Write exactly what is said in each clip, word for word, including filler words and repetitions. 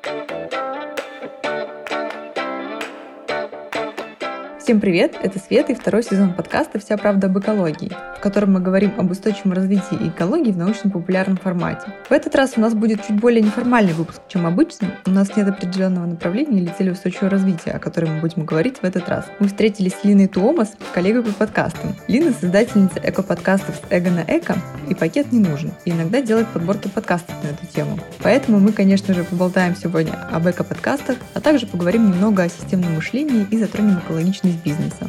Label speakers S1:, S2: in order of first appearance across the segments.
S1: Всем привет! Это Света и второй сезон подкаста «Вся правда об экологии», в котором мы говорим об устойчивом развитии и экологии в научно-популярном формате. В этот раз у нас будет чуть более неформальный выпуск, чем обычно. У нас нет определенного направления или цели устойчивого развития, о которой мы будем говорить в этот раз. Мы встретились с Линой Туомас, коллегой по подкастам. Лина — создательница эко-подкастов с «Эго на эко» и «Пакет не нужен», и иногда делает подборки подкастов на эту тему. Поэтому мы, конечно же, поболтаем сегодня об эко-подкастах, а также поговорим немного о системном мышлении и затронем экологичность бизнеса.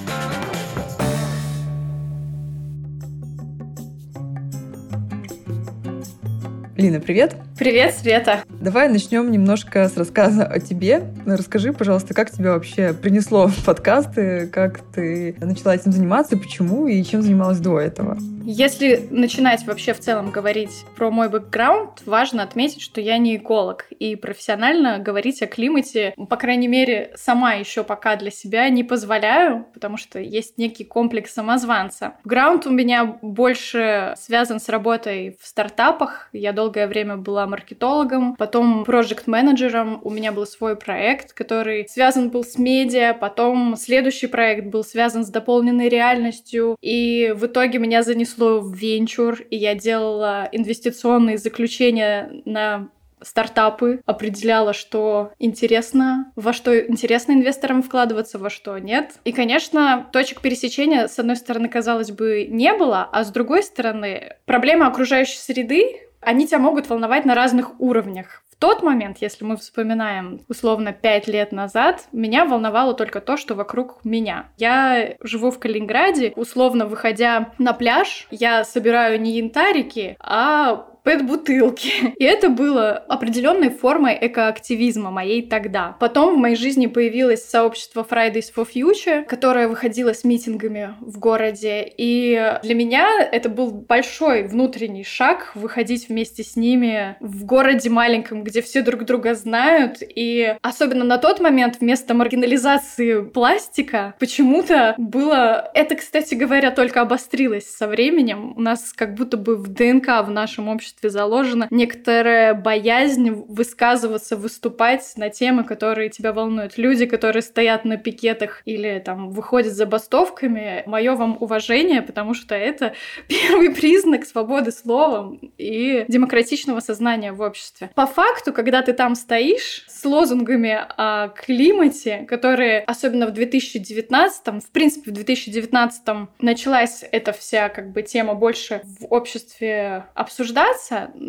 S1: Лина, привет!
S2: Привет, Света!
S1: Давай начнем немножко с рассказа о тебе. Расскажи, пожалуйста, как тебя вообще принесло в подкасты, как ты начала этим заниматься, почему и чем занималась до этого?
S2: Если начинать вообще в целом говорить про мой бэкграунд, важно отметить, что я не эколог, и профессионально говорить о климате, по крайней мере, сама еще пока для себя не позволяю, потому что есть некий комплекс самозванца. Бэкграунд у меня больше связан с работой в стартапах. Я долгое время была маркетологом, потом проект-менеджером. У меня был свой проект, который связан был с медиа, потом следующий проект был связан с дополненной реальностью, и в итоге меня занесло в венчур, и я делала инвестиционные заключения на стартапы, определяла, что интересно, во что интересно инвесторам вкладываться, во что нет. И, конечно, точек пересечения, с одной стороны, казалось бы, не было, а с другой стороны, проблемы окружающей среды, они тебя могут волновать на разных уровнях. В тот момент, если мы вспоминаем, условно, пять лет назад, меня волновало только то, что вокруг меня. Я живу в Калининграде, условно, выходя на пляж, я собираю не янтарики, а пэт-бутылки. И это было определенной формой экоактивизма моей тогда. Потом в моей жизни появилось сообщество Fridays for Future, которое выходило с митингами в городе. И для меня это был большой внутренний шаг выходить вместе с ними в городе маленьком, где все друг друга знают. И особенно на тот момент вместо маргинализации пластика почему-то было... Это, кстати говоря, только обострилось со временем. У нас как будто бы в ДНК в нашем обществе заложена некоторая боязнь высказываться, выступать на темы, которые тебя волнуют. Люди, которые стоят на пикетах или там выходят с забастовками, мое вам уважение, потому что это первый признак свободы слова и демократичного сознания в обществе. По факту, когда ты там стоишь с лозунгами о климате, которые, особенно в две тысячи девятнадцатом, в принципе, в две тысячи девятнадцатом началась эта вся как бы тема больше в обществе обсуждаться,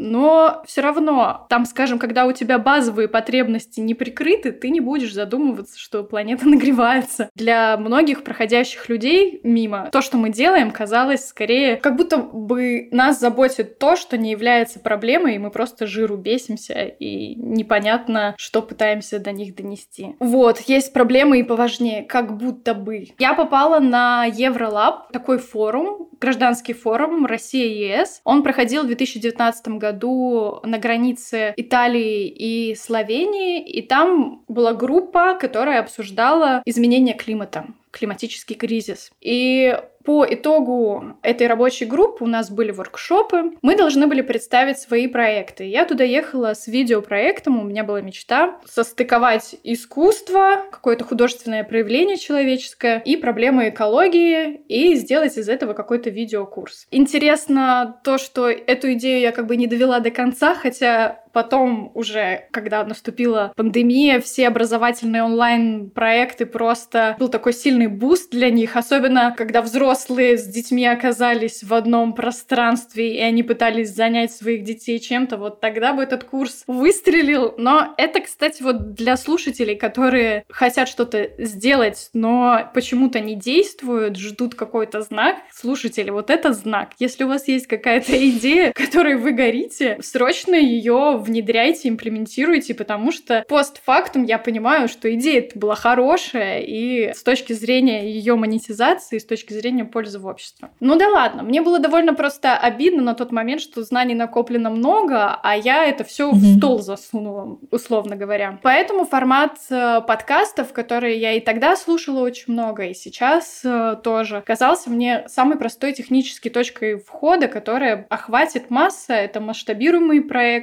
S2: но все равно, там, скажем, когда у тебя базовые потребности не прикрыты, ты не будешь задумываться, что планета нагревается. Для многих проходящих людей мимо то, что мы делаем, казалось скорее, как будто бы нас заботит то, что не является проблемой, и мы просто жиру бесимся, и непонятно, что пытаемся до них донести. Вот, есть проблемы и поважнее, как будто бы. Я попала на Евролаб, такой форум, гражданский форум Россия-ЕС. Он проходил в две тысячи девятнадцатом году на границе Италии и Словении, и там была группа, которая обсуждала изменение климата, климатический кризис. И по итогу этой рабочей группы у нас были воркшопы. Мы должны были представить свои проекты. Я туда ехала с видеопроектом, у меня была мечта состыковать искусство, какое-то художественное проявление человеческое и проблемы экологии, и сделать из этого какой-то видеокурс. Интересно то, что эту идею я как бы не довела до конца, хотя потом уже, когда наступила пандемия, все образовательные онлайн-проекты просто был такой сильный буст для них, особенно когда взрослые с детьми оказались в одном пространстве, и они пытались занять своих детей чем-то, вот тогда бы этот курс выстрелил. Но это, кстати, вот для слушателей, которые хотят что-то сделать, но почему-то не действуют, ждут какой-то знак. Слушатели, вот это знак. Если у вас есть какая-то идея, которой вы горите, срочно ее внедряйте, имплементируйте, потому что постфактум я понимаю, что идея была хорошая, и с точки зрения ее монетизации, с точки зрения пользы в обществе. Ну да ладно, мне было довольно просто обидно на тот момент, что знаний накоплено много, а я это все mm-hmm. в стол засунула, условно говоря. Поэтому формат э, подкастов, которые я и тогда слушала очень много, и сейчас э, тоже, казался мне самой простой технической точкой входа, которая охватит масса. Это масштабируемый проект, где я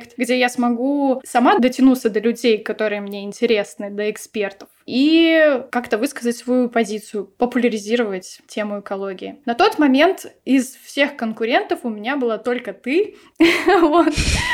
S2: я смогу сама дотянуться до людей, которые мне интересны, до экспертов, и как-то высказать свою позицию, популяризировать тему экологии. На тот момент из всех конкурентов у меня была только ты. Вот.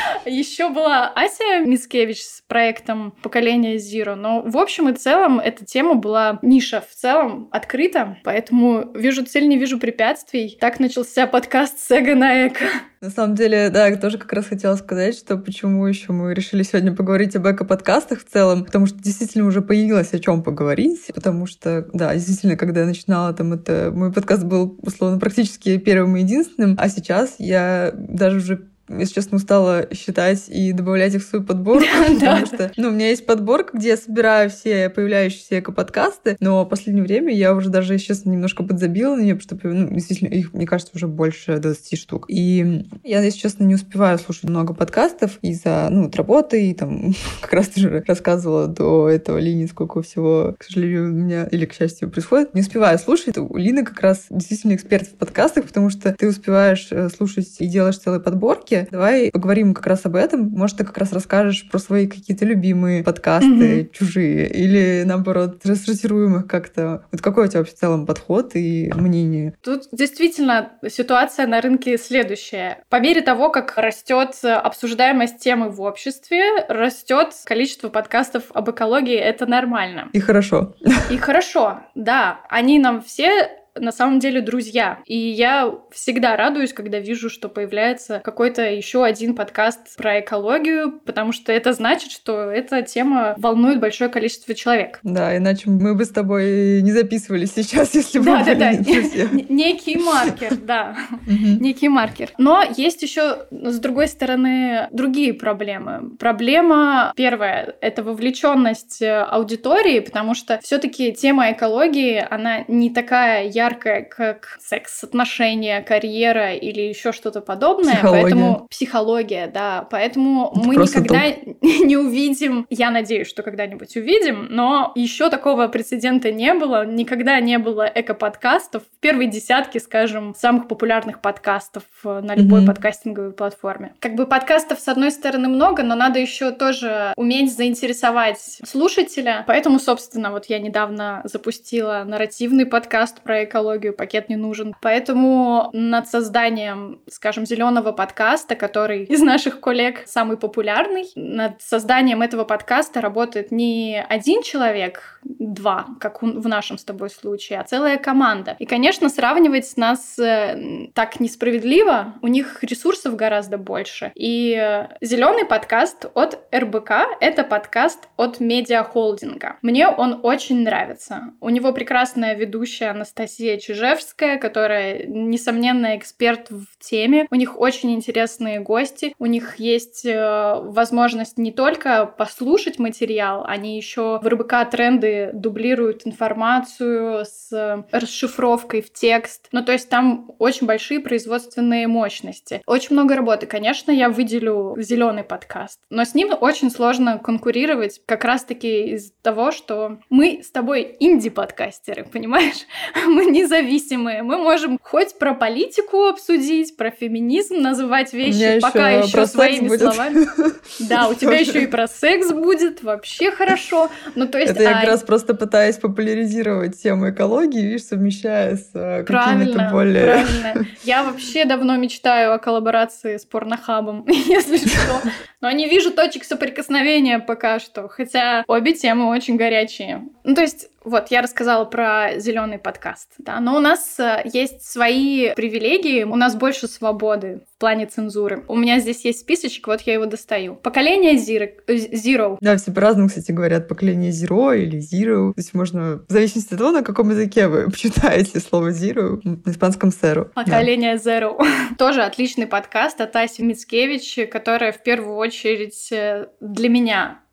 S2: Еще была Ася Мицкевич с проектом «Поколение Zero». Но в общем и целом эта тема была, ниша в целом, открыта. Поэтому вижу цель, не вижу препятствий. Так начался подкаст «С эго на эко».
S1: На самом деле, да, я тоже как раз хотела сказать, что почему еще мы решили сегодня поговорить об эко-подкастах в целом, потому что действительно уже появилось о чем поговорить, потому что, да, действительно, когда я начинала, там, это мой подкаст был, условно, практически первым и единственным, а сейчас я даже уже, если честно, устала считать и добавлять их в свою подборку, потому что, ну, у меня есть подборка, где я собираю все появляющиеся эко-подкасты, но в последнее время я уже даже, если честно, немножко подзабила на нее, потому что, ну, действительно, их, мне кажется, уже больше двадцати штук. И я, если честно, не успеваю слушать много подкастов из-за, ну, от работы, и там, как раз ты же рассказывала до этого, Лине, сколько всего, к сожалению, у меня, или, к счастью, происходит. Не успеваю слушать. У Лины как раз действительно эксперт в подкастах, потому что ты успеваешь слушать и делаешь целые подборки. Давай поговорим как раз об этом. Может, ты как раз расскажешь про свои какие-то любимые подкасты, mm-hmm. чужие, или, наоборот, рассортируем их как-то. Вот какой у тебя вообще в целом подход и мнение?
S2: Тут действительно ситуация на рынке следующая. По мере того, как растет обсуждаемость темы в обществе, растет количество подкастов об экологии, это нормально.
S1: И хорошо.
S2: И хорошо, да. Они нам все на самом деле друзья. И я всегда радуюсь, когда вижу, что появляется какой-то еще один подкаст про экологию, потому что это значит, что эта тема волнует большое количество человек.
S1: Да, иначе мы бы с тобой не записывали сейчас, если бы
S2: да,
S1: мы были
S2: да,
S1: не друзья.
S2: Некий маркер, да. Некий маркер. Но есть еще, с другой стороны, другие проблемы. Проблема первая — это вовлеченность аудитории, потому что все-таки тема экологии, она не такая яркая, яркая, как секс, отношения, карьера или еще что-то подобное.
S1: Психология.
S2: Поэтому психология, да. Поэтому это мы никогда топ. не увидим, я надеюсь, что когда-нибудь увидим, но еще такого прецедента не было. Никогда не было эко-подкастов в первой десятке, скажем, самых популярных подкастов на любой mm-hmm. подкастинговой платформе. Как бы подкастов, с одной стороны, много, но надо еще тоже уметь заинтересовать слушателя. Поэтому, собственно, вот я недавно запустила нарративный подкаст про экологию. экологию, пакет не нужен. Поэтому над созданием, скажем, зеленого подкаста, который из наших коллег самый популярный, над созданием этого подкаста работает не один человек, два, как в нашем с тобой случае, а целая команда. И, конечно, сравнивать нас так несправедливо, у них ресурсов гораздо больше. И зеленый подкаст от эр бэ ка — это подкаст от медиахолдинга. Мне он очень нравится. У него прекрасная ведущая Анастасия Чижевская, которая, несомненно, эксперт в теме. У них очень интересные гости. У них есть э, возможность не только послушать материал, они еще в эр бэ ка Тренды дублируют информацию с расшифровкой в текст. Ну, то есть там очень большие производственные мощности. Очень много работы. Конечно, я выделю зеленый подкаст, но с ним очень сложно конкурировать как раз-таки из-за того, что мы с тобой инди-подкастеры, понимаешь? Мы независимые. Мы можем хоть про политику обсудить, про феминизм называть вещи пока еще, еще своими словами. Да, у тебя еще и про секс будет, вообще хорошо. Ну, то есть,
S1: это я как раз просто пытаюсь популяризировать тему экологии, видишь, совмещая с какими-то более...
S2: Правильно. Я вообще давно мечтаю о коллаборации с порнохабом, если что. Но не вижу точек соприкосновения пока что, хотя обе темы очень горячие. Ну, то есть, вот, я рассказала про зеленый подкаст, да, но у нас есть свои привилегии, у нас больше свободы в плане цензуры. У меня здесь есть списочек, вот я его достаю. Поколение Zero.
S1: Да, все по-разному, кстати, говорят, поколение Zero или Zero. То есть можно, в зависимости от того, на каком языке вы читаете слово Zero, на испанском Zero.
S2: Поколение да. Zero. Тоже отличный подкаст от Аси Мицкевич, которая в первую очередь для меня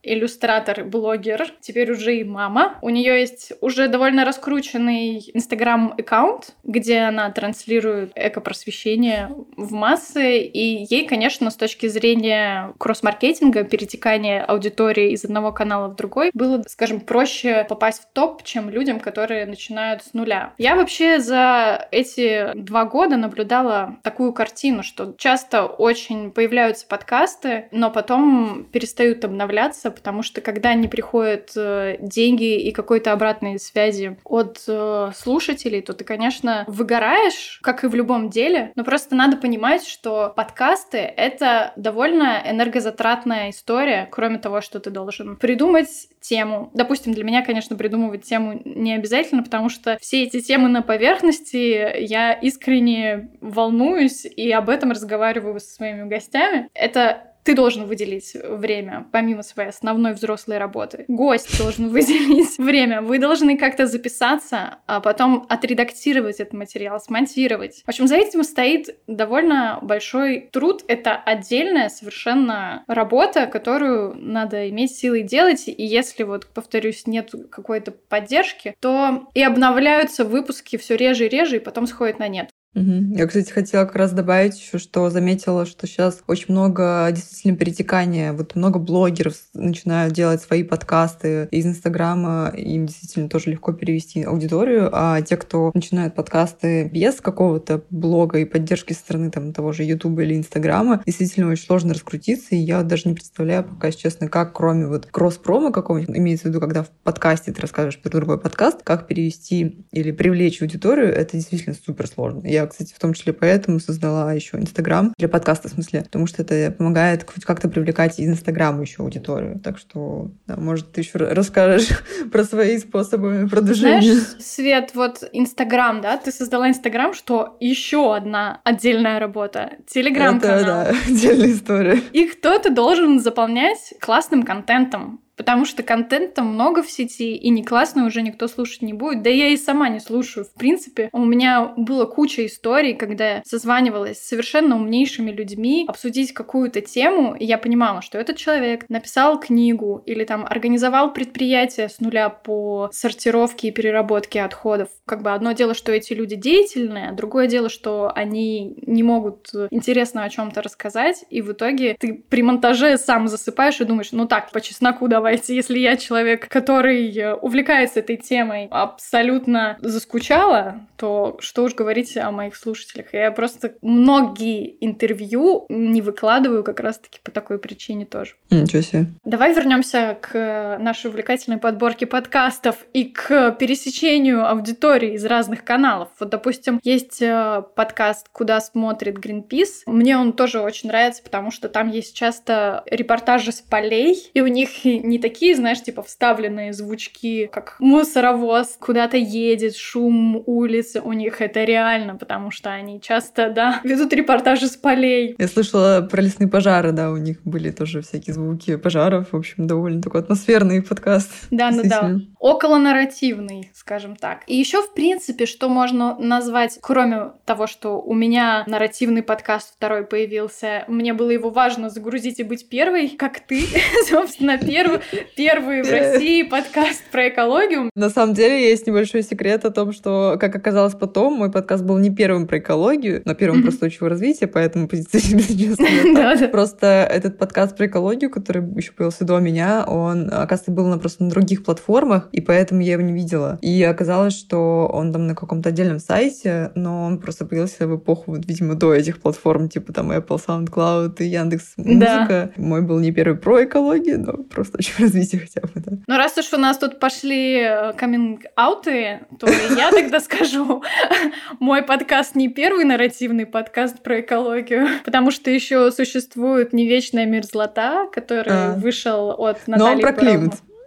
S2: иллюстратор, блогер, теперь уже и мама. У нее есть уже довольно раскрученный Инстаграм-аккаунт, где она транслирует эко-просвещение в массы, и ей, конечно, с точки зрения кросс-маркетинга, перетекания аудитории из одного канала в другой, было, скажем, проще попасть в топ, чем людям, которые начинают с нуля. Я вообще за эти два года наблюдала такую картину, что часто очень появляются подкасты, но потом перестают обновляться, потому что когда не приходят деньги и какой-то обратной связи от слушателей, то ты, конечно, выгораешь, как и в любом деле, но просто надо понимать, что подкасты — это довольно энергозатратная история, кроме того, что ты должен придумать тему. Допустим, для меня, конечно, придумывать тему не обязательно, потому что все эти темы на поверхности, я искренне волнуюсь и об этом разговариваю со своими гостями. Это ты должен выделить время, помимо своей основной взрослой работы. Гость должен выделить время. Вы должны как-то записаться, а потом отредактировать этот материал, смонтировать. В общем, за этим стоит довольно большой труд. Это отдельная совершенно работа, которую надо иметь силы делать. И если, вот, повторюсь, нет какой-то поддержки, то и обновляются выпуски все реже и реже, и потом сходят на нет.
S1: Угу. Я, кстати, хотела как раз добавить еще, что заметила, что сейчас очень много действительно перетекания. Вот много блогеров начинают делать свои подкасты из Инстаграма, им действительно тоже легко перевести аудиторию, а те, кто начинают подкасты без какого-то блога и поддержки со стороны там, того же Ютуба или Инстаграма, действительно очень сложно раскрутиться, и я даже не представляю пока, если честно, как кроме вот кросс-промо какого-нибудь, имеется в виду, когда в подкасте ты расскажешь про другой подкаст, как перевести или привлечь аудиторию, это действительно супер сложно. Я Я, кстати, в том числе поэтому создала еще Инстаграм для подкаста, в смысле, потому что это помогает хоть как-то привлекать из Инстаграма еще аудиторию. Так что, да, может, ты еще расскажешь про свои способы продвижения.
S2: Знаешь, Свет, вот Инстаграм, да, ты создала Инстаграм, что еще одна отдельная работа. Телеграм-канал.
S1: Это, да, отдельная история.
S2: И кто-то должен заполнять классным контентом. Потому что контента много в сети, и не классно уже никто слушать не будет. Да я и сама не слушаю. В принципе, у меня было куча историй, когда я созванивалась с совершенно умнейшими людьми, обсудить какую-то тему, и я понимала, что этот человек написал книгу или там организовал предприятие с нуля по сортировке и переработке отходов. Как бы одно дело, что эти люди деятельные, а другое дело, что они не могут интересно о чем-то рассказать, и в итоге ты при монтаже сам засыпаешь и думаешь, ну так, по чесноку давайте. Если я человек, который увлекается этой темой, абсолютно заскучала, то что уж говорить о моих слушателях. Я просто многие интервью не выкладываю как раз-таки по такой причине тоже.
S1: Ничего себе.
S2: Давай вернемся к нашей увлекательной подборке подкастов и к пересечению аудитории из разных каналов. Вот, допустим, есть подкаст «Куда смотрит Greenpeace». Мне он тоже очень нравится, потому что там есть часто репортажи с полей, и у них не такие, знаешь, типа вставленные звучки, как мусоровоз куда-то едет, шум улицы. У них это реально, потому что они часто, да, ведут репортажи с полей.
S1: Я слышала про лесные пожары, да, у них были тоже всякие звуки пожаров. В общем, довольно такой атмосферный подкаст.
S2: Да, ну да. Околонарративный, скажем так. И еще, в принципе, что можно назвать, кроме того, что у меня нарративный подкаст второй появился, мне было его важно загрузить и быть первой, как ты, собственно, первый, первый в России подкаст про экологию.
S1: На самом деле есть небольшой секрет о том, что, как оказалось потом, мой подкаст был не первым про экологию, но первым mm-hmm. про устойчивое развитие, поэтому позиционировать. Просто этот подкаст про экологию, который еще появился до меня, он, оказывается, был на просто на других платформах, и поэтому я его не видела. И оказалось, что он там на каком-то отдельном сайте, но он просто появился в эпоху, вот, видимо, до этих платформ, типа там Apple, SoundCloud и Яндекс.Музыка. Да. Мой был не первый про экологию, но просто очень развитие хотя бы, да.
S2: Ну, раз уж у нас тут пошли каминг-ауты, то я тогда скажу, мой подкаст не первый нарративный подкаст про экологию, потому что еще существует «Не вечная мерзлота», который вышел от Натальи Боровой.
S1: Но он про климат.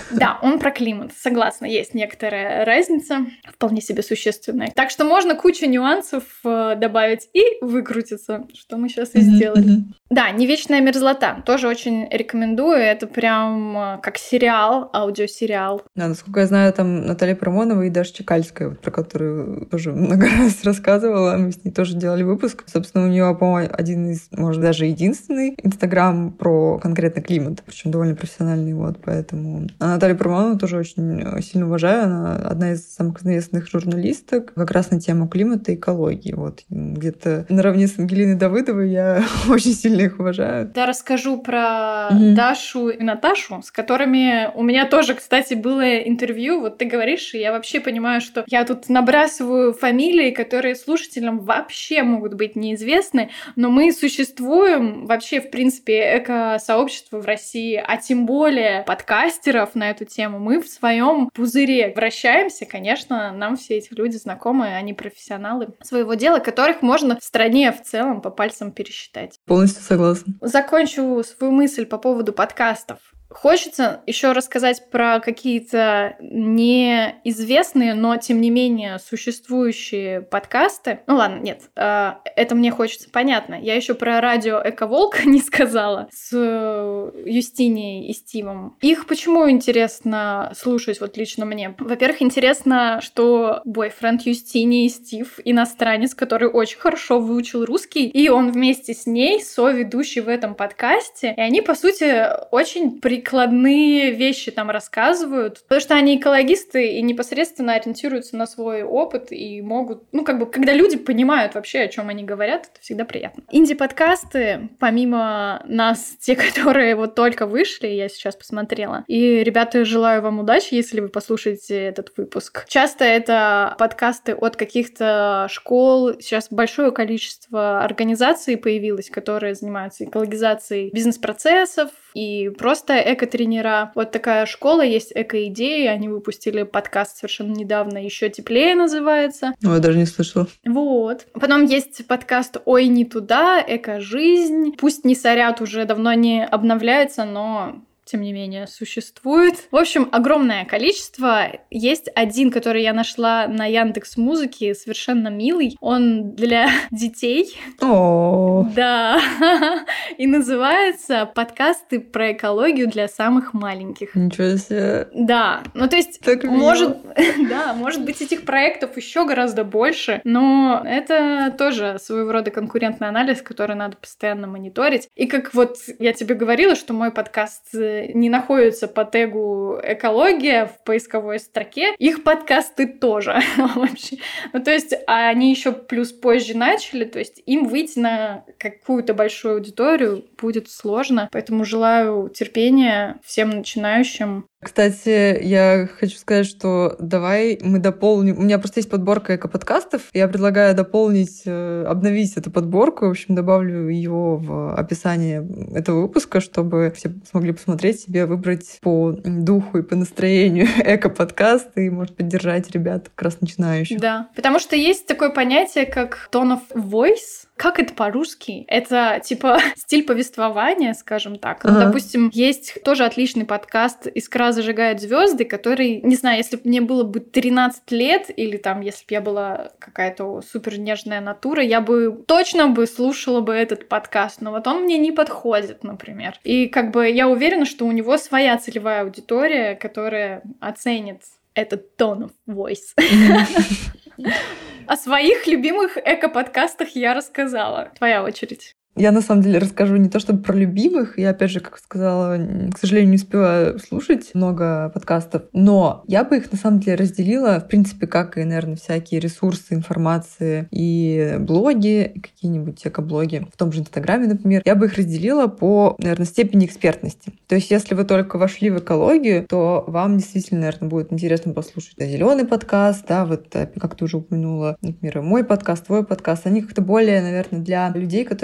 S2: Да, он про климат, согласна, есть некоторая разница, вполне себе существенная. Так что можно кучу нюансов добавить и выкрутиться, что мы сейчас и сделали. Да, «Не вечная мерзлота» тоже очень рекомендую, это прям как сериал, аудиосериал.
S1: Да, насколько я знаю, там Наталья Парамонова и Даша Чекальская, про которую тоже много раз рассказывала, мы с ней тоже делали выпуск. Собственно, у нее, по-моему, один из, может, даже единственный инстаграм про конкретно климат, причем довольно профессиональный, вот, поэтому... А Наталью Парамонову тоже очень сильно уважаю, она одна из самых известных журналисток как раз на тему климата и экологии, вот. Где-то наравне с Ангелиной Давыдовой я очень сильно их уважаю.
S2: Да, расскажу про mm-hmm. Дашу и Наташу, с которыми у меня тоже, кстати, было интервью. Вот ты говоришь, и я вообще понимаю, что я тут набрасываю фамилии, которые слушателям вообще могут быть неизвестны, но мы существуем вообще, в принципе, эко-сообщество в России, а тем более подкастеров на эту тему. Мы в своем пузыре вращаемся. Конечно, нам все эти люди знакомы, они профессионалы своего дела, которых можно в стране в целом по пальцам пересчитать.
S1: Полностью согласна.
S2: Закончу свою мысль по поводу подкастов. Хочется еще рассказать про какие-то неизвестные, но тем не менее существующие подкасты. Ну ладно, нет, это мне хочется, понятно. Я еще про радио Эко-Волк не сказала с Юстинией и Стивом. Их почему интересно слушать вот лично мне? Во-первых, интересно, что бойфренд Юстинии Стив иностранец, который очень хорошо выучил русский, и он вместе с ней соведущий в этом подкасте. И они, по сути, очень прикольные прикладные вещи там рассказывают, потому что они экологисты и непосредственно ориентируются на свой опыт и могут, ну, как бы, когда люди понимают вообще, о чем они говорят, это всегда приятно. Инди-подкасты, помимо нас, те, которые вот только вышли, я сейчас посмотрела, и, ребята, желаю вам удачи, если вы послушаете этот выпуск. Часто это подкасты от каких-то школ, сейчас большое количество организаций появилось, которые занимаются экологизацией бизнес-процессов, и просто эко-тренера. Вот такая школа есть, «Эко-идеи». Они выпустили подкаст совершенно недавно, «Еще теплее» называется.
S1: Ну, я даже не слышала.
S2: Вот. Потом есть подкаст «Ой, не туда», «Эко-жизнь». Пусть не сорят, уже давно не обновляется, но... тем не менее, существует. В общем, огромное количество. Есть один, который я нашла на Яндекс.Музыке, совершенно милый. Он для детей.
S1: О.
S2: Да. И называется «Подкасты про экологию для самых маленьких».
S1: Ничего себе.
S2: Да. Ну, то есть,
S1: так
S2: может, да, может быть, этих проектов еще гораздо больше, но это тоже своего рода конкурентный анализ, который надо постоянно мониторить. И как вот я тебе говорила, что мой подкаст не находятся по тегу «экология» в поисковой строке, их подкасты тоже вообще. Ну, то есть они еще плюс позже начали, то есть им выйти на какую-то большую аудиторию будет сложно, поэтому желаю терпения всем начинающим.
S1: Кстати, я хочу сказать, что давай мы дополним. У меня просто есть подборка эко-подкастов. Я предлагаю дополнить, обновить эту подборку. В общем, добавлю ее в описание этого выпуска, чтобы все смогли посмотреть себе, выбрать по духу и по настроению эко-подкаст и, может, поддержать ребят как раз начинающих.
S2: Да, потому что есть такое понятие, как tone of voice. Как это по-русски? Это типа стиль повествования, скажем так.
S1: Ага.
S2: Ну, допустим, есть тоже отличный подкаст «Искра зажигает звезды», который, не знаю, если бы мне было бы тринадцать лет, или там, если бы я была какая-то супер нежная натура, я бы точно бы слушала бы этот подкаст, но вот он мне не подходит, например. И как бы я уверена, что у него своя целевая аудитория, которая оценит этот tone of voice. О своих любимых эко-подкастах я рассказала. Твоя очередь.
S1: Я, на самом деле, расскажу не то чтобы про любимых. Я, опять же, как сказала, к сожалению, не успеваю слушать много подкастов. Но я бы их, на самом деле, разделила, в принципе, как и, наверное, всякие ресурсы информации и блоги, и какие-нибудь эко-блоги, в том же Инстаграме, например. Я бы их разделила по, наверное, степени экспертности. То есть, если вы только вошли в экологию, то вам действительно, наверное, будет интересно послушать зеленый подкаст, да, вот как ты уже упомянула, например, мой подкаст, твой подкаст. Они как-то более, наверное, для людей, которые еще не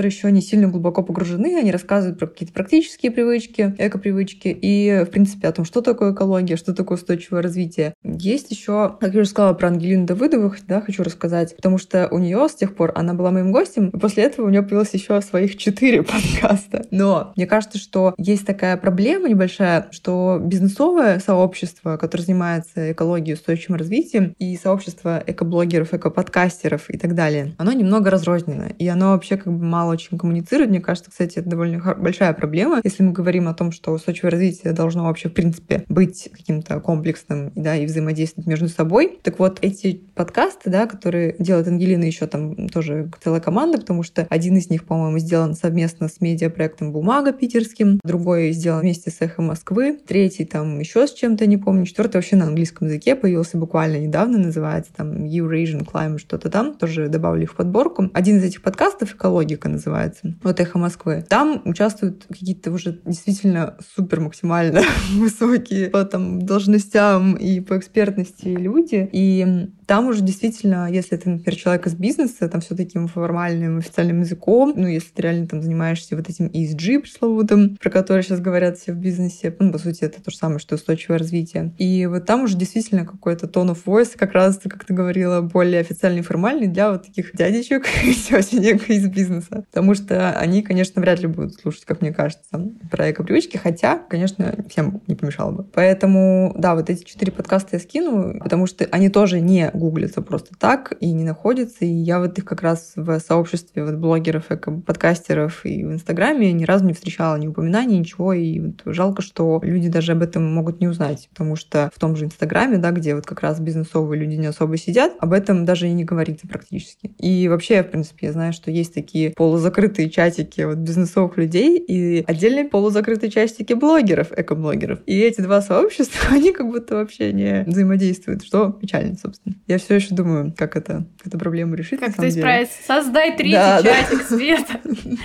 S1: сильно глубоко погружены, они рассказывают про какие-то практические привычки, эко-привычки и, в принципе, о том, что такое экология, что такое устойчивое развитие. Есть еще, как я уже сказала, про Ангелину Давыдову, да, хочу рассказать, потому что у нее с тех пор, она была моим гостем, и после этого у нее появилось еще своих четыре подкаста. Но мне кажется, что есть такая проблема небольшая, что бизнесовое сообщество, которое занимается экологией, устойчивым развитием, и сообщество экоблогеров, экоподкастеров и так далее, оно немного разрознено, и оно вообще как бы мало очень коммуницирует. Мне кажется, кстати, это довольно большая проблема, если мы говорим о том, что устойчивое развитие должно вообще, в принципе, быть каким-то комплексным, да, и взаимодействовать между собой. Так вот, эти подкасты, да, которые делает Ангелина, еще там тоже целая команда, потому что один из них, по-моему, сделан совместно с медиапроектом «Бумага» питерским, другой сделан вместе с «Эхо Москвы», третий там еще с чем-то, не помню, четвертый вообще на английском языке появился буквально недавно, называется там Eurasian Climate, что-то там, тоже добавлю их в подборку. Один из этих подкастов «Экологика» называется, вот «Эхо Москвы». Там участвуют какие-то уже действительно супер максимально высокие по там должностям и по экспертности люди, и там уже действительно, если ты, например, человек из бизнеса, там все таким формальным официальным языком, ну, если ты реально там занимаешься вот этим и эс джи пресловутым, про который сейчас говорят все в бизнесе, ну, по сути, это то же самое, что устойчивое развитие. И вот там уже действительно какой-то tone of voice, как раз, как ты говорила, более официальный, формальный для вот таких дядечек и тетенек из бизнеса. Потому что они, конечно, вряд ли будут слушать, как мне кажется, про эко-привычки, хотя, конечно, всем не помешало бы. Поэтому, да, вот эти четыре подкаста я скину, потому что они тоже не гуглятся просто так и не находятся. И я вот их как раз в сообществе вот блогеров, эко-подкастеров и в Инстаграме ни разу не встречала ни упоминаний, ничего. И вот жалко, что люди даже об этом могут не узнать, потому что в том же Инстаграме, да, где вот как раз бизнесовые люди не особо сидят, об этом даже и не говорится практически. И вообще, в принципе, я знаю, что есть такие полузакрытые чатики вот бизнесовых людей и отдельные полузакрытые чатики блогеров, эко-блогеров. И эти два сообщества, они как будто вообще не взаимодействуют, что печально, собственно. Я все еще думаю, как это, эту проблему решить.
S2: Как это исправить? Создай третий
S1: да,
S2: чатик,
S1: да.
S2: Света.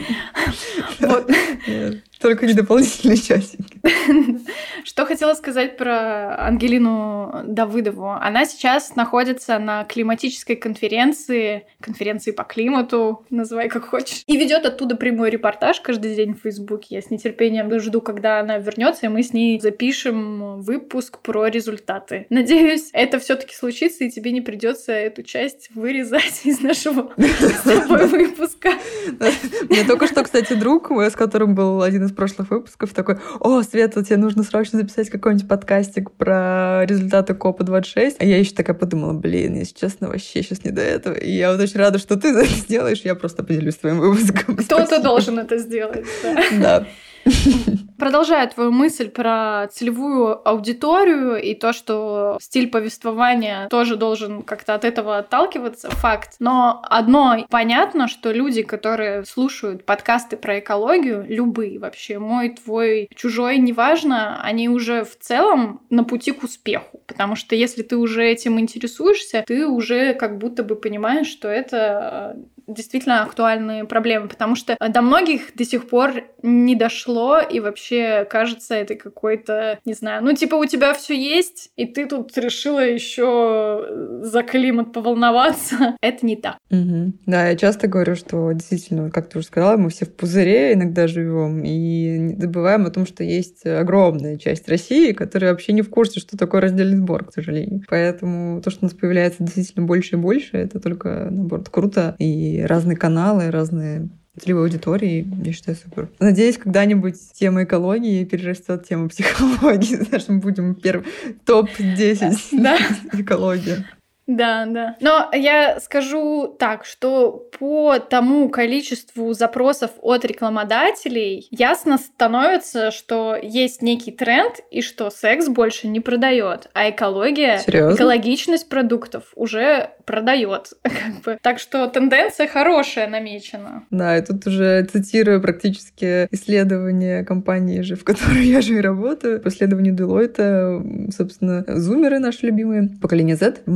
S1: Только не дополнительные чатики.
S2: Что хотела сказать про Ангелину Давыдову. Она сейчас находится на климатической конференции, конференции по климату, называй как хочешь, и ведет оттуда прямой репортаж каждый день в Фейсбуке. Я с нетерпением жду, когда она вернется, и мы с ней запишем выпуск про результаты. Надеюсь, это все-таки случится, и тебе не придется эту часть вырезать из нашего с тобой выпуска.
S1: Мне только что, кстати, друг, с которым был один из прошлых выпусков, такой: «О, Света, тебе нужно срочно записать какой-нибудь подкастик про результаты КОПа двадцать шесть». А я еще такая подумала: блин, если честно, вообще сейчас не до этого. И я вот очень рада, что ты это сделаешь. Я просто поделюсь твоим выпуском.
S2: Кто-то Спасибо. Должен это сделать. Да.
S1: Да.
S2: Продолжая твою мысль про целевую аудиторию и то, что стиль повествования тоже должен как-то от этого отталкиваться, факт. Но одно понятно, что люди, которые слушают подкасты про экологию, любые вообще, мой, твой, чужой, неважно, они уже в целом на пути к успеху. Потому что если ты уже этим интересуешься, ты уже как будто бы понимаешь, что это действительно актуальные проблемы, потому что до многих до сих пор не дошло, и вообще кажется это какой-то, не знаю, ну типа у тебя все есть, и ты тут решила еще за климат поволноваться. Это не так.
S1: Угу. Да, я часто говорю, что действительно, как ты уже сказала, мы все в пузыре иногда живем и не забываем о том, что есть огромная часть России, которая вообще не в курсе, что такое раздельный сбор, к сожалению. Поэтому то, что у нас появляется действительно больше и больше, это только, наоборот, круто. И разные каналы, разные целевые аудитории, я считаю, супер. Надеюсь, когда-нибудь тема экологии перерастет в тему психологии, знаешь, мы будем первый топ десять экология.
S2: Да, да. Но я скажу так, что по тому количеству запросов от рекламодателей ясно становится, что есть некий тренд и что секс больше не продает, а экология,
S1: Серьезно?
S2: экологичность продуктов уже продает. Как бы. Так что тенденция хорошая намечена.
S1: Да, и тут уже цитирую практически исследование компании, же, в которой я же и работаю. По исследованию Deloitte, собственно, зумеры наши любимые, поколение Z, молодежь,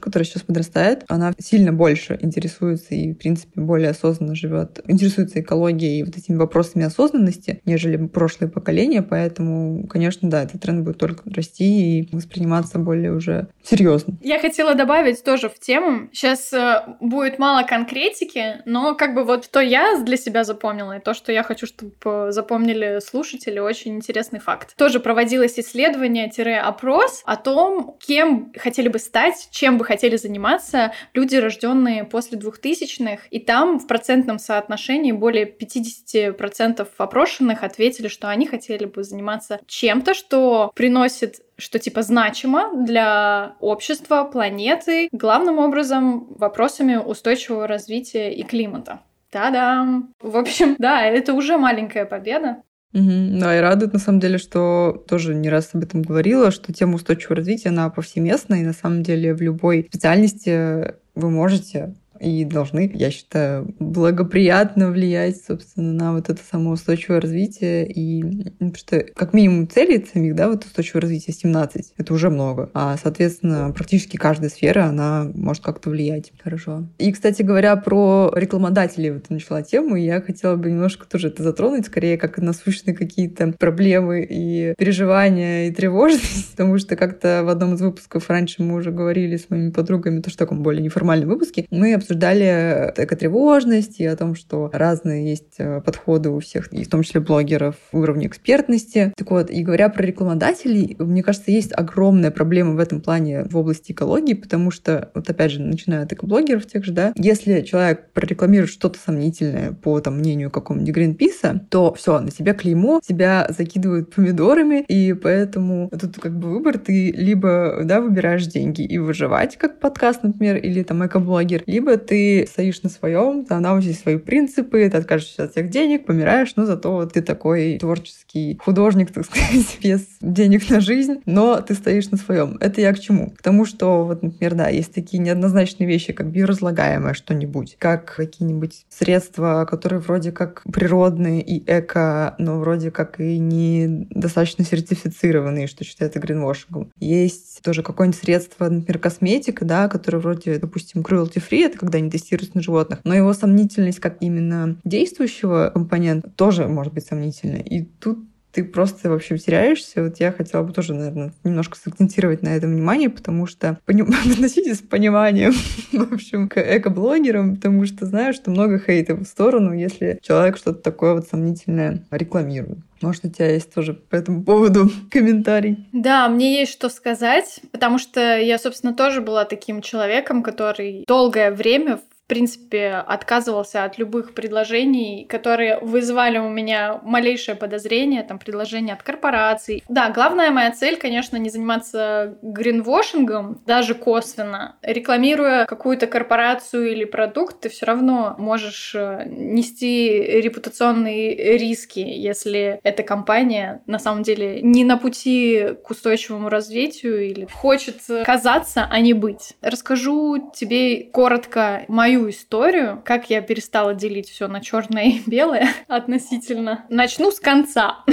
S1: которая сейчас подрастает, она сильно больше интересуется и, в принципе, более осознанно живет, интересуется экологией и вот этими вопросами осознанности, нежели прошлые поколения, поэтому, конечно, да, этот тренд будет только расти и восприниматься более уже серьезно.
S2: Я хотела добавить тоже в тему. Сейчас э, будет мало конкретики, но как бы вот что я для себя запомнила, и то, что я хочу, чтобы запомнили слушатели, очень интересный факт. Тоже проводилось исследование-опрос о том, кем хотели бы стать, чем бы хотели заниматься люди, рожденные после двухтысячных, и там в процентном соотношении более пятьдесят процентов опрошенных ответили, что они хотели бы заниматься чем-то, что приносит, что типа значимо для общества, планеты, главным образом вопросами устойчивого развития и климата. Та-дам! В общем, да, это уже маленькая победа.
S1: Угу. Да, и радует, на самом деле, что тоже не раз об этом говорила, что тема устойчивого развития, она повсеместна, и на самом деле в любой специальности вы можете и должны, я считаю, благоприятно влиять, собственно, на вот это самоустойчивое развитие. И потому что как минимум целей самих, да, вот устойчивое развитие семнадцать, это уже много. А, соответственно, практически каждая сфера, она может как-то влиять. Хорошо. И, кстати говоря, про рекламодателей вот начала тему, и я хотела бы немножко тоже это затронуть, скорее как насущные какие-то проблемы и переживания, и тревожность, потому что как-то в одном из выпусков раньше мы уже говорили с моими подругами, тоже в таком более неформальном выпуске, мы обсуждали обсуждали экотревожность и о том, что разные есть подходы у всех, и в том числе блогеров, уровня экспертности. Так вот, и говоря про рекламодателей, мне кажется, есть огромная проблема в этом плане в области экологии, потому что, вот опять же, начиная от экоблогеров тех же, да, если человек прорекламирует что-то сомнительное по там, мнению какому-нибудь Гринписа, то все, на себя клеймо, тебя закидывают помидорами, и поэтому тут как бы выбор, ты либо, да, выбираешь деньги и выживать, как подкаст, например, или там экоблогер, либо ты стоишь на своем, анализируешь свои принципы, ты откажешься от всех денег, помираешь, но зато ты такой творческий художник, так сказать, без денег на жизнь, но ты стоишь на своем. Это я к чему? К тому, что, вот, например, да, есть такие неоднозначные вещи, как биоразлагаемое что-нибудь, как какие-нибудь средства, которые вроде как природные и эко, но вроде как и не достаточно сертифицированные, что считается гринвошингом. Есть тоже какое-нибудь средство, например, косметика, да, которое вроде, допустим, cruelty-free, это когда не тестируется на животных, но его сомнительность как именно действующего компонента тоже может быть сомнительной. И тут ты просто вообще теряешься. Вот я хотела бы тоже, наверное, немножко сакцентировать на этом внимание, потому что поним... относитесь с пониманием, в общем, к экоблогерам, потому что знаю, что много хейта в сторону, если человек что-то такое вот сомнительное рекламирует. Может, у тебя есть тоже по этому поводу комментарий?
S2: Да, мне есть что сказать, потому что я, собственно, тоже была таким человеком, который долгое время в принципе, отказывался от любых предложений, которые вызывали у меня малейшее подозрение, там, предложения от корпораций. Да, главная моя цель, конечно, не заниматься гринвошингом, даже косвенно. Рекламируя какую-то корпорацию или продукт, ты все равно можешь нести репутационные риски, если эта компания на самом деле не на пути к устойчивому развитию или хочет казаться, а не быть. Расскажу тебе коротко мою историю, как я перестала делить все на черное и белое относительно. Начну с конца.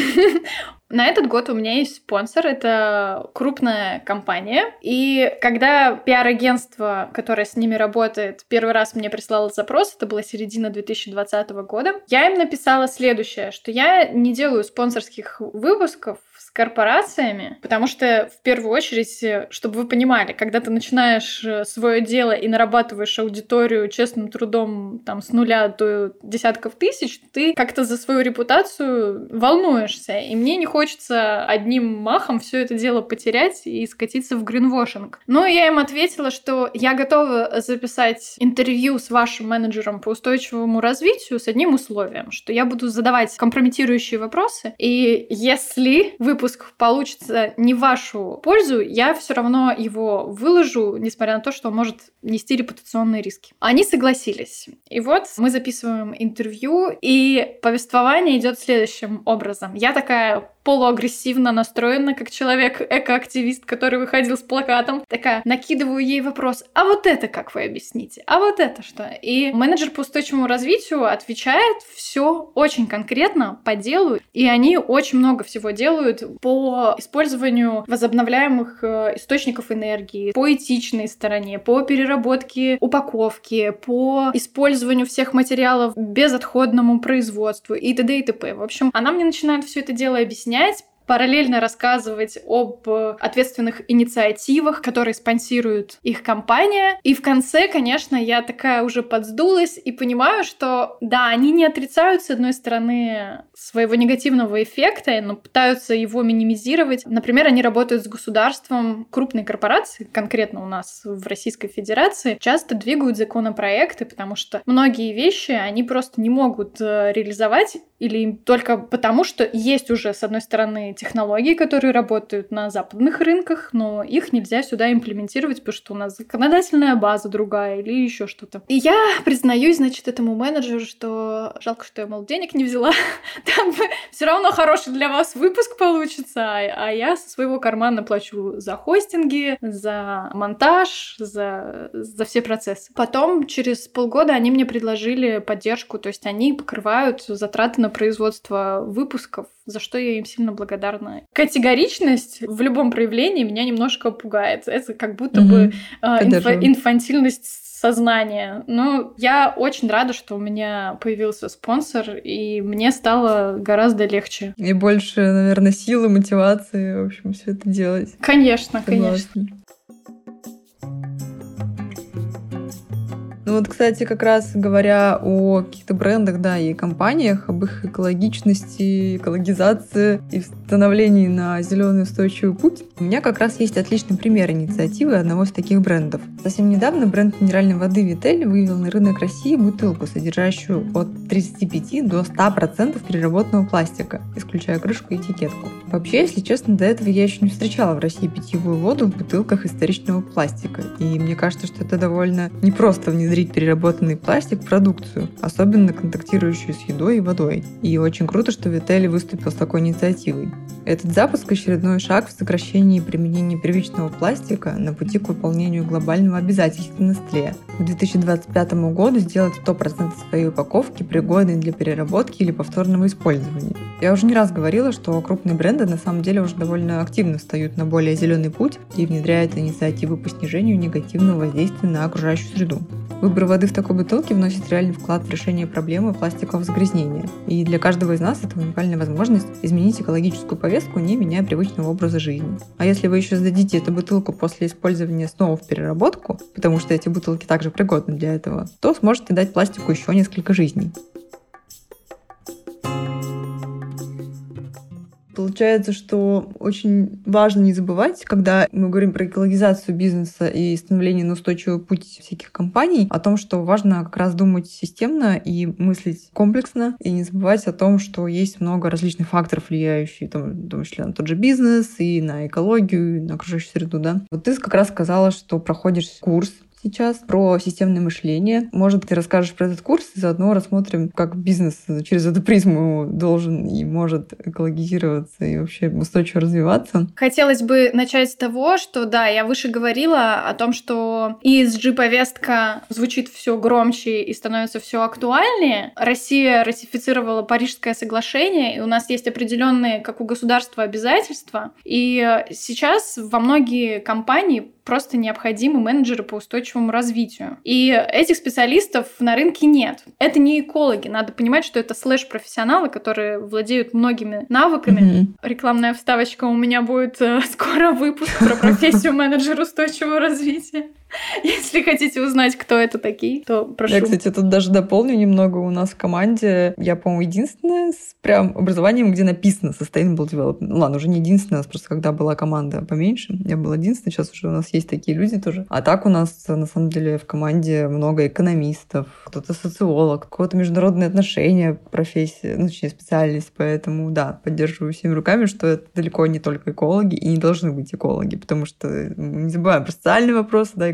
S2: На этот год у меня есть спонсор, это крупная компания, и когда пиар-агентство, которое с ними работает, первый раз мне прислало запрос, это была середина две тысячи двадцатого года, я им написала следующее, что я не делаю спонсорских выпусков с корпорациями, потому что, в первую очередь, чтобы вы понимали, когда ты начинаешь свое дело и нарабатываешь аудиторию честным трудом там, с нуля до десятков тысяч, ты как-то за свою репутацию волнуешься, и мне не хочется одним махом все это дело потерять и скатиться в гринвошинг. Но я им ответила, что я готова записать интервью с вашим менеджером по устойчивому развитию с одним условием, что я буду задавать компрометирующие вопросы, и если вы выпуск получится не в вашу пользу, я все равно его выложу, несмотря на то, что он может нести репутационные риски. Они согласились. И вот мы записываем интервью, и повествование идет следующим образом. Я такая полуагрессивно настроена, как человек, экоактивист, который выходил с плакатом. Такая, накидываю ей вопрос, а вот это как вы объясните? А вот это что? И менеджер по устойчивому развитию отвечает все очень конкретно, по делу, и они очень много всего делают по использованию возобновляемых источников энергии, по этичной стороне, по переработке упаковки, по использованию всех материалов безотходному производству и т.д. и т.п. В общем, она мне начинает все это дело объяснять, параллельно рассказывать об ответственных инициативах, которые спонсирует их компания. И в конце, конечно, я такая уже подсдулась и понимаю, что да, они не отрицают, с одной стороны, своего негативного эффекта, но пытаются его минимизировать. Например, они работают с государством. Крупные корпорации, конкретно у нас в Российской Федерации, часто двигают законопроекты, потому что многие вещи они просто не могут реализовать или только потому, что есть уже, с одной стороны, технологии, которые работают на западных рынках, но их нельзя сюда имплементировать, потому что у нас законодательная база другая или еще что-то. И я признаюсь, значит, этому менеджеру, что жалко, что я, мол, денег не взяла. Там все равно хороший для вас выпуск получится, а я со своего кармана плачу за хостинги, за монтаж, за, за все процессы. Потом, через полгода, они мне предложили поддержку, то есть они покрывают затраты на производство выпусков, за что я им сильно благодарна. Категоричность в любом проявлении меня немножко пугает. Это как будто mm-hmm. бы э, инфа- инфантильность сознания. Но я очень рада, что у меня появился спонсор, и мне стало гораздо легче.
S1: И больше, наверное, силы, мотивации, в общем, все это делать.
S2: Конечно,
S1: Согласна. Конечно. Ну вот, кстати, как раз говоря о каких-то брендах, да, и компаниях, об их экологичности, экологизации и становлении на зеленый устойчивый путь, у меня как раз есть отличный пример инициативы одного из таких брендов. Совсем недавно бренд минеральной воды Витель вывел на рынок России бутылку, содержащую от тридцати пяти до ста процентов переработанного пластика, исключая крышку и этикетку. Вообще, если честно, до этого я еще не встречала в России питьевую воду в бутылках из вторичного пластика. И мне кажется, что это довольно непросто внедрить переработанный пластик в продукцию, особенно контактирующую с едой и водой. И очень круто, что Витель выступил с такой инициативой. Этот запуск – очередной шаг в сокращении применения первичного пластика на пути к выполнению глобального обязательства Nestlé к две тысячи двадцать пятому году сделать сто процентов своей упаковки пригодной для переработки или повторного использования. Я уже не раз говорила, что крупные бренды на самом деле уже довольно активно встают на более зеленый путь и внедряют инициативы по снижению негативного воздействия на окружающую среду. Выбор воды в такой бутылке вносит реальный вклад в решение проблемы пластикового загрязнения. И для каждого из нас это уникальная возможность изменить экологическую повестку, не меняя привычного образа жизни. А если вы еще сдадите эту бутылку после использования снова в переработку, потому что эти бутылки также пригодны для этого, то сможете дать пластику еще несколько жизней. Получается, что очень важно не забывать, когда мы говорим про экологизацию бизнеса и становление на устойчивый путь всяких компаний, о том, что важно как раз думать системно и мыслить комплексно, и не забывать о том, что есть много различных факторов, влияющих, там, в том числе на тот же бизнес, и на экологию, и на окружающую среду. Да? Вот ты как раз сказала, что проходишь курс сейчас про системное мышление. Может, ты расскажешь про этот курс и заодно рассмотрим, как бизнес через эту призму должен и может экологизироваться и вообще устойчиво развиваться.
S2: Хотелось бы начать с того, что, да, я выше говорила о том, что и эс джи-повестка звучит все громче и становится все актуальнее. Россия ратифицировала Парижское соглашение, и у нас есть определенные, как у государства, обязательства. И сейчас во многие компании просто необходимы менеджеры по устойчивому развитию. И этих специалистов на рынке нет. Это не экологи. Надо понимать, что это слэш-профессионалы, которые владеют многими навыками. Mm-hmm. Рекламная вставочка у меня будет э, скоро выпуск про профессию менеджера устойчивого развития. Если хотите узнать, кто это такие, то прошу.
S1: Я, кстати, тут даже дополню немного. У нас в команде, я, по-моему, единственная с прям образованием, где написано Sustainable Development. Ладно, уже не единственная, у нас просто когда была команда поменьше, я была единственной, сейчас уже у нас есть такие люди тоже. А так у нас, на самом деле, в команде много экономистов, кто-то социолог, какое-то международные отношения, профессия, ну, точнее, специальность. Поэтому, да, поддерживаю всеми руками, что это далеко не только экологи и не должны быть экологи, потому что мы не забываем про социальные вопросы, да,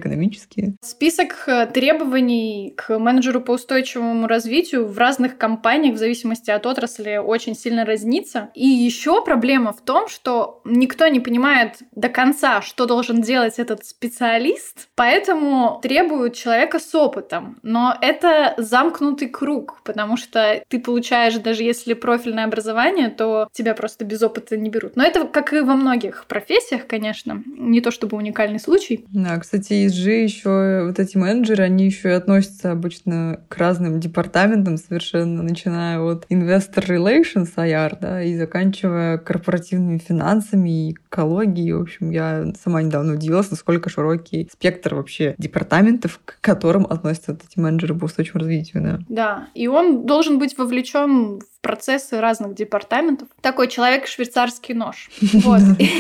S1: экономические.
S2: Список требований к менеджеру по устойчивому развитию в разных компаниях в зависимости от отрасли очень сильно разнится. И еще проблема в том, что никто не понимает до конца, что должен делать этот специалист, поэтому требуют человека с опытом. Но это замкнутый круг, потому что ты получаешь, даже если профильное образование, то тебя просто без опыта не берут. Но это как и во многих профессиях, конечно, не то чтобы уникальный случай.
S1: Да, кстати, и эс джи еще вот эти менеджеры, они еще и относятся обычно к разным департаментам совершенно, начиная от Investor Relations, ай ар, да, и заканчивая корпоративными финансами и экологией. В общем, я сама недавно удивилась, насколько широкий спектр вообще департаментов, к которым относятся вот эти менеджеры по устойчивому развитию. Да.
S2: Да, и он должен быть вовлечен в процессы разных департаментов. Такой человек швейцарский нож. Вот.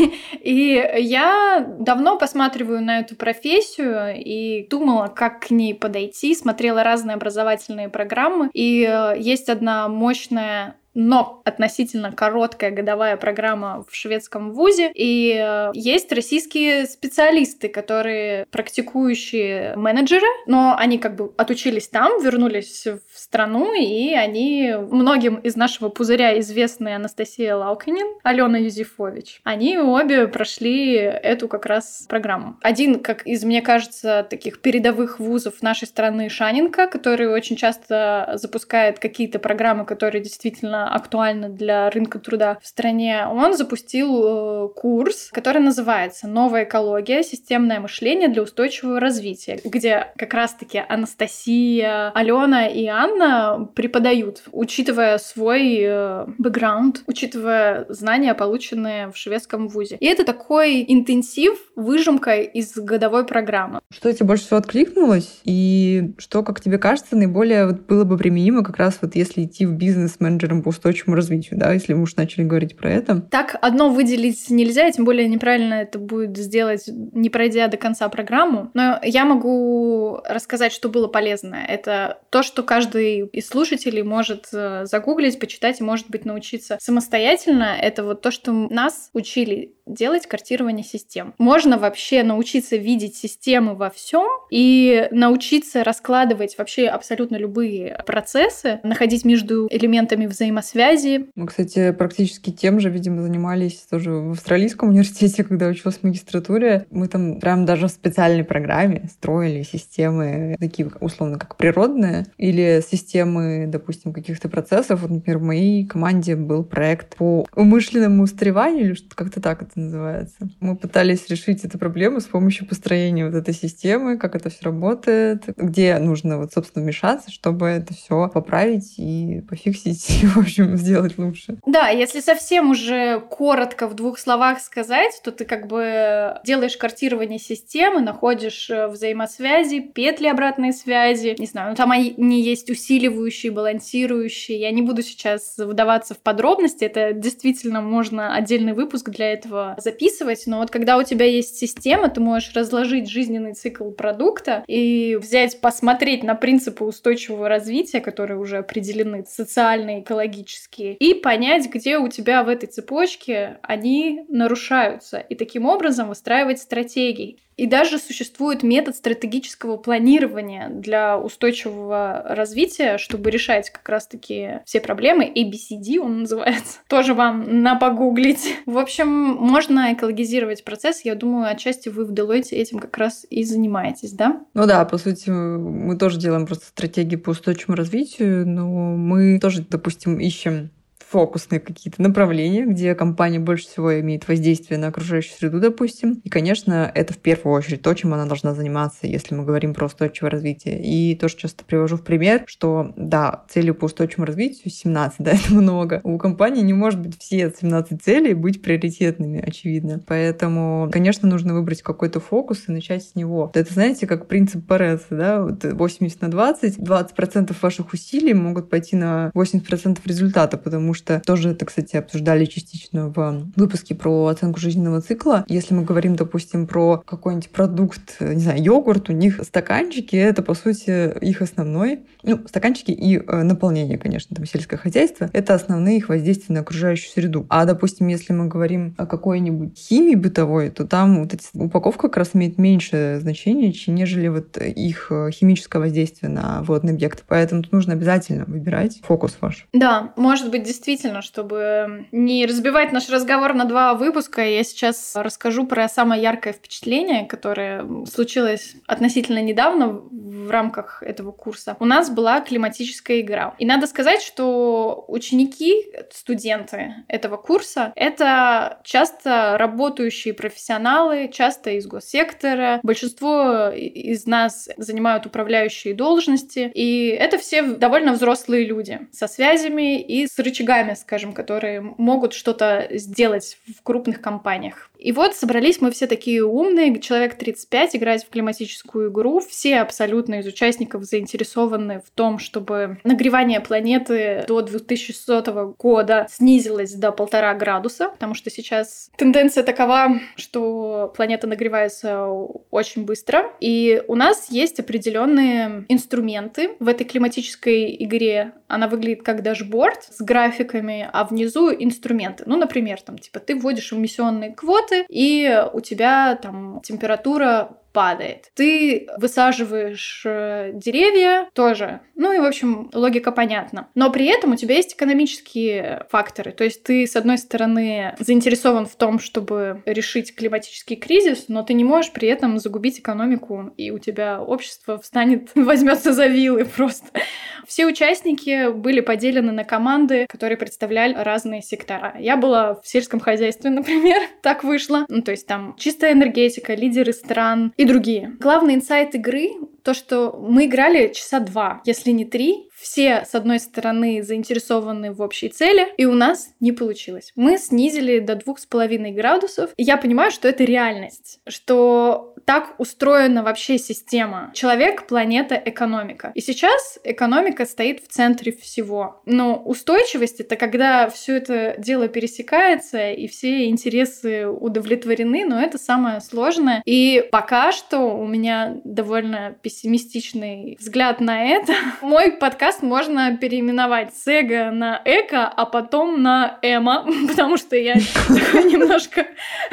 S2: И я давно посматриваю на эту профессию и думала, как к ней подойти, смотрела разные образовательные программы. И есть одна мощная, но относительно короткая годовая программа в шведском вузе. И есть российские специалисты, которые практикующие менеджеры, но они как бы отучились там, вернулись в страну, и они, многим из нашего пузыря известные Анастасия Лаукинен, Алена Юзефович, они обе прошли эту как раз программу. Один, как из, мне кажется, таких передовых вузов нашей страны, Шаненко, который очень часто запускает какие-то программы, которые действительно актуально для рынка труда в стране, он запустил э, курс, который называется «Новая экология. Системное мышление для устойчивого развития», где как раз-таки Анастасия, Алена и Анна преподают, учитывая свой э, бэкграунд, учитывая знания, полученные в шведском вузе. И это такой интенсив, выжимка из годовой программы.
S1: Что тебе больше всего откликнулось? И что, как тебе кажется, наиболее вот было бы применимо как раз вот если идти в бизнес менеджером по устойчивому развитию, да, если мы уж начали говорить про это.
S2: Так одно выделить нельзя, и тем более неправильно это будет сделать, не пройдя до конца программу. Но я могу рассказать, что было полезно. Это то, что каждый из слушателей может загуглить, почитать и, может быть, научиться самостоятельно. Это вот то, что нас учили делать картирование систем. Можно вообще научиться видеть системы во всем и научиться раскладывать вообще абсолютно любые процессы, находить между элементами взаимосвязи.
S1: Мы, кстати, практически тем же, видимо, занимались тоже в австралийском университете, когда училась в магистратуре. Мы там прям даже в специальной программе строили системы такие, условно, как природные, или системы, допустим, каких-то процессов. Вот, например, в моей команде был проект по умышленному устареванию, или что-то как-то так это называется. Мы пытались решить эту проблему с помощью построения вот этой системы, как это все работает, где нужно, вот, собственно, вмешаться, чтобы это все поправить и пофиксить, и, в общем, сделать лучше.
S2: Да, если совсем уже коротко в двух словах сказать, то ты как бы делаешь картирование системы, находишь взаимосвязи, петли обратной связи, не знаю, ну там они есть усиливающие, балансирующие. Я не буду сейчас вдаваться в подробности, это действительно можно отдельный выпуск для этого записывать, но вот когда у тебя есть система, ты можешь разложить жизненный цикл продукта и взять, посмотреть на принципы устойчивого развития, которые уже определены, социальные, экологические, и понять, где у тебя в этой цепочке они нарушаются, и таким образом выстраивать стратегии. И даже существует метод стратегического планирования для устойчивого развития, чтобы решать как раз-таки все проблемы. эй би си ди он называется. Тоже вам на погуглить. В общем, можно экологизировать процесс. Я думаю, отчасти вы в Deloitte этим как раз и занимаетесь, да?
S1: Ну да, по сути, мы тоже делаем просто стратегии по устойчивому развитию, но мы тоже, допустим, ищем фокусные какие-то направления, где компания больше всего имеет воздействие на окружающую среду, допустим. И, конечно, это в первую очередь то, чем она должна заниматься, если мы говорим про устойчивое развитие. И тоже часто привожу в пример, что, да, цели по устойчивому развитию семнадцать, да, это много. У компании не может быть все семнадцать целей быть приоритетными, очевидно. Поэтому, конечно, нужно выбрать какой-то фокус и начать с него. Это, знаете, как принцип Парето, да, вот восемьдесят на двадцать. двадцать процентов ваших усилий могут пойти на восемьдесят процентов результата, потому что тоже это, кстати, обсуждали частично в выпуске про оценку жизненного цикла. Если мы говорим, допустим, про какой-нибудь продукт, не знаю, йогурт, у них стаканчики — это, по сути, их основной, ну, стаканчики и э, наполнение, конечно, там, сельское хозяйство — это основные их воздействия на окружающую среду. А, допустим, если мы говорим о какой-нибудь химии бытовой, то там вот эта упаковка как раз имеет меньшее значение, чем нежели вот их химическое воздействие на водные объекты. Поэтому тут нужно обязательно выбирать фокус ваш.
S2: Да, может быть, действительно, чтобы не разбивать наш разговор на два выпуска, я сейчас расскажу про самое яркое впечатление, которое случилось относительно недавно в рамках этого курса. У нас была климатическая игра. И надо сказать, что ученики, студенты этого курса — это часто работающие профессионалы, часто из госсектора. Большинство из нас занимают управляющие должности. И это все довольно взрослые люди со связями и с рычагами, скажем, которые могут что-то сделать в крупных компаниях. И вот собрались мы все такие умные, человек тридцать пять, играть в климатическую игру. Все абсолютно из участников заинтересованы в том, чтобы нагревание планеты до две тысячи сотого года снизилось до полтора градуса, потому что сейчас тенденция такова, что планета нагревается очень быстро. И у нас есть определенные инструменты в этой климатической игре. Она выглядит как дашборд с графиками, а внизу инструменты. Ну, например, там, типа, ты вводишь эмиссионные квоты, и у тебя там температура падает. Ты высаживаешь э, деревья тоже. Ну и, в общем, логика понятна. Но при этом у тебя есть экономические факторы. То есть ты, с одной стороны, заинтересован в том, чтобы решить климатический кризис, но ты не можешь при этом загубить экономику, и у тебя общество встанет, возьмется за вилы просто. Все участники были поделены на команды, которые представляли разные сектора. Я была в сельском хозяйстве, например, так вышло. Ну, то есть там чистая энергетика, лидеры стран и другие. Главный инсайт игры — то, что мы играли часа два, если не три. Все, с одной стороны, заинтересованы в общей цели, и у нас не получилось. Мы снизили до двух с половиной градусов. И я понимаю, что это реальность, что так устроена вообще система. Человек, планета, экономика. И сейчас экономика стоит в центре всего. Но устойчивость — это когда все это дело пересекается, и все интересы удовлетворены, но это самое сложное. И пока что у меня довольно пессимистичный взгляд на это. Мой подкаст можно переименовать с эго на эко, а потом на эмо, потому что я такой немножко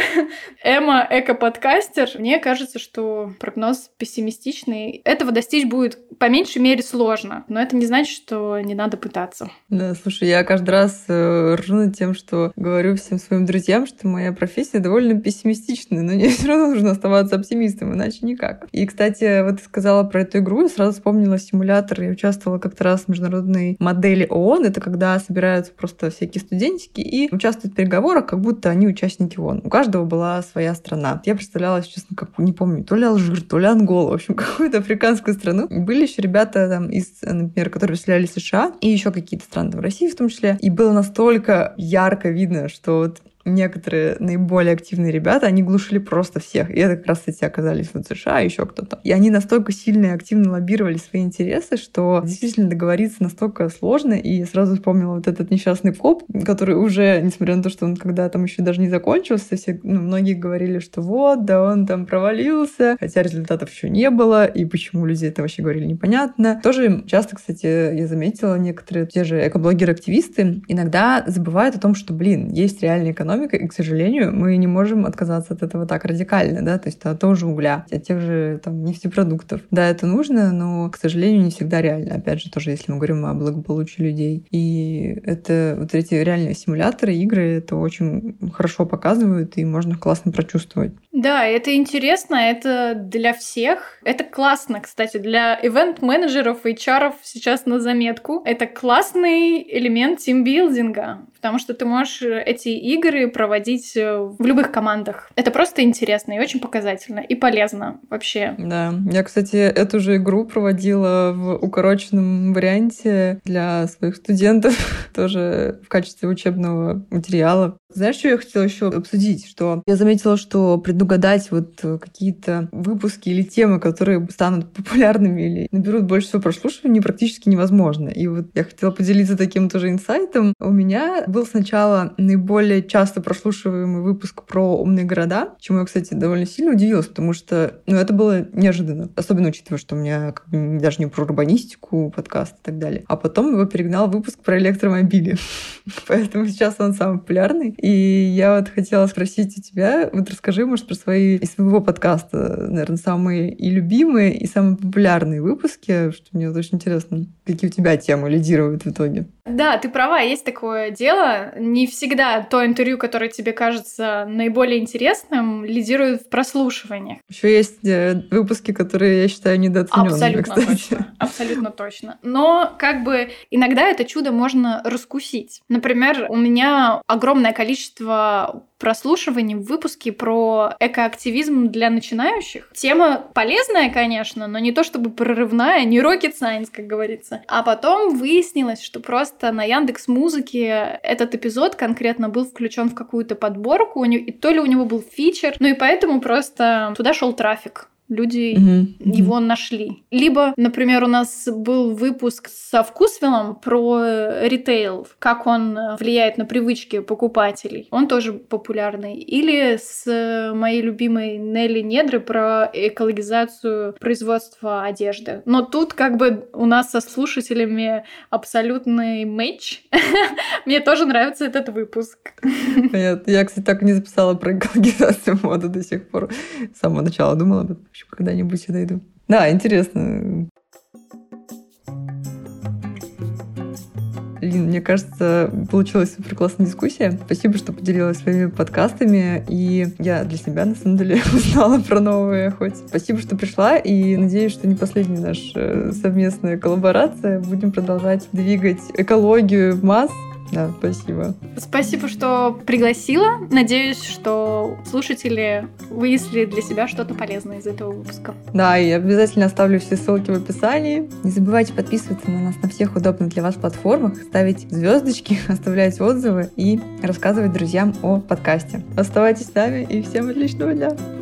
S2: эмо-эко-подкастер. Мне кажется, что прогноз пессимистичный. Этого достичь будет по меньшей мере сложно, но это не значит, что не надо пытаться.
S1: Да, слушай, я каждый раз э, ржу над тем, что говорю всем своим друзьям, что моя профессия довольно пессимистичная, но мне все равно нужно оставаться оптимистом, иначе никак. И, кстати, вот ты сказала про эту игру, я сразу вспомнила симулятор. Я участвовала как-то раз в международной модели ООН. Это когда собираются просто всякие студентики и участвуют в переговорах, как будто они участники ООН. У каждого была своя страна. Я представляла, честно, как, не помню, то ли Алжир, то ли Ангола, в общем, какую-то африканскую страну. И были еще ребята там из, например, которые представляли США и еще какие-то страны, в России в том числе. И было настолько ярко видно, что вот некоторые наиболее активные ребята, они глушили просто всех. И это как раз, кстати, оказались вот США и еще кто-то. И они настолько сильно и активно лоббировали свои интересы, что действительно договориться настолько сложно. И я сразу вспомнила вот этот несчастный коп, который уже, несмотря на то, что он когда там еще даже не закончился, все, ну, многие говорили, что вот, да он там провалился, хотя результатов еще не было, и почему люди это вообще говорили, непонятно. Тоже часто, кстати, я заметила, некоторые те же экоблогеры-активисты иногда забывают о том, что, блин, есть реальная экономика, и, к сожалению, мы не можем отказаться от этого так радикально, да, то есть от того же угля, от тех же там нефтепродуктов. Да, это нужно, но, к сожалению, не всегда реально. Опять же, тоже, если мы говорим о благополучии людей. И это вот эти реальные симуляторы, игры, это очень хорошо показывают, и можно классно прочувствовать.
S2: Да, это интересно, это для всех. Это классно, кстати, для ивент-менеджеров, эйч ар сейчас на заметку. Это классный элемент тимбилдинга, потому что ты можешь эти игры проводить в любых командах. Это просто интересно и очень показательно, и полезно вообще.
S1: Да, я, кстати, эту же игру проводила в укороченном варианте для своих студентов, тоже в качестве учебного материала. Знаешь, что я хотела еще обсудить? Что я заметила, что предугадать вот какие-то выпуски или темы, которые станут популярными или наберут больше всего прослушиваний, практически невозможно. И вот я хотела поделиться таким тоже инсайтом. У меня был сначала наиболее часто прослушиваемый выпуск про умные города, чему я, кстати, довольно сильно удивилась, потому что ну, это было неожиданно. Особенно учитывая, что у меня как бы, даже не про урбанистику подкаст и так далее. А потом его перегнал выпуск про электромобили. Поэтому сейчас он самый популярный. И я вот хотела спросить у тебя, вот расскажи, может, про свои, из своего подкаста, наверное, самые и любимые, и самые популярные выпуски, что мне вот очень интересно, какие у тебя темы лидируют в итоге.
S2: Да, ты права, есть такое дело. Не всегда то интервью, которое тебе кажется наиболее интересным, лидирует в прослушиваниях.
S1: Еще есть выпуски, которые я считаю недооцененными,
S2: Абсолютно
S1: кстати.
S2: точно. Абсолютно точно. Но как бы иногда это чудо можно раскусить. Например, у меня огромное количество прослушиваний в выпуске про экоактивизм для начинающих. Тема полезная, конечно, но не то чтобы прорывная, не rocket science, как говорится. А потом выяснилось, что просто на Яндекс.Музыке этот эпизод конкретно был включен в какую-то подборку, и то ли у него был фичер, ну и поэтому просто туда шел трафик. Люди uh-huh, uh-huh. его нашли. Либо, например, у нас был выпуск со Вкусвиллом про ритейл, как он влияет на привычки покупателей. Он тоже популярный. Или с моей любимой Нелли Недры про экологизацию производства одежды. Но тут как бы у нас со слушателями абсолютный матч. Мне тоже нравится этот выпуск.
S1: Понятно. Я, кстати, так и не записала про экологизацию моды до сих пор. С самого начала думала об этом. Когда-нибудь я дойду. Да, интересно. Лин, мне кажется, получилась супер классная дискуссия. Спасибо, что поделилась своими подкастами. И я для себя, на самом деле, узнала про новые хоть. Спасибо, что пришла. И надеюсь, что не последняя наша совместная коллаборация. Будем продолжать двигать экологию в масс. Да, спасибо.
S2: Спасибо, что пригласила. Надеюсь, что слушатели выяснили для себя что-то полезное из этого выпуска.
S1: Да, и обязательно оставлю все ссылки в описании. Не забывайте подписываться на нас на всех удобных для вас платформах, ставить звездочки, оставлять отзывы и рассказывать друзьям о подкасте. Оставайтесь с нами и всем отличного дня!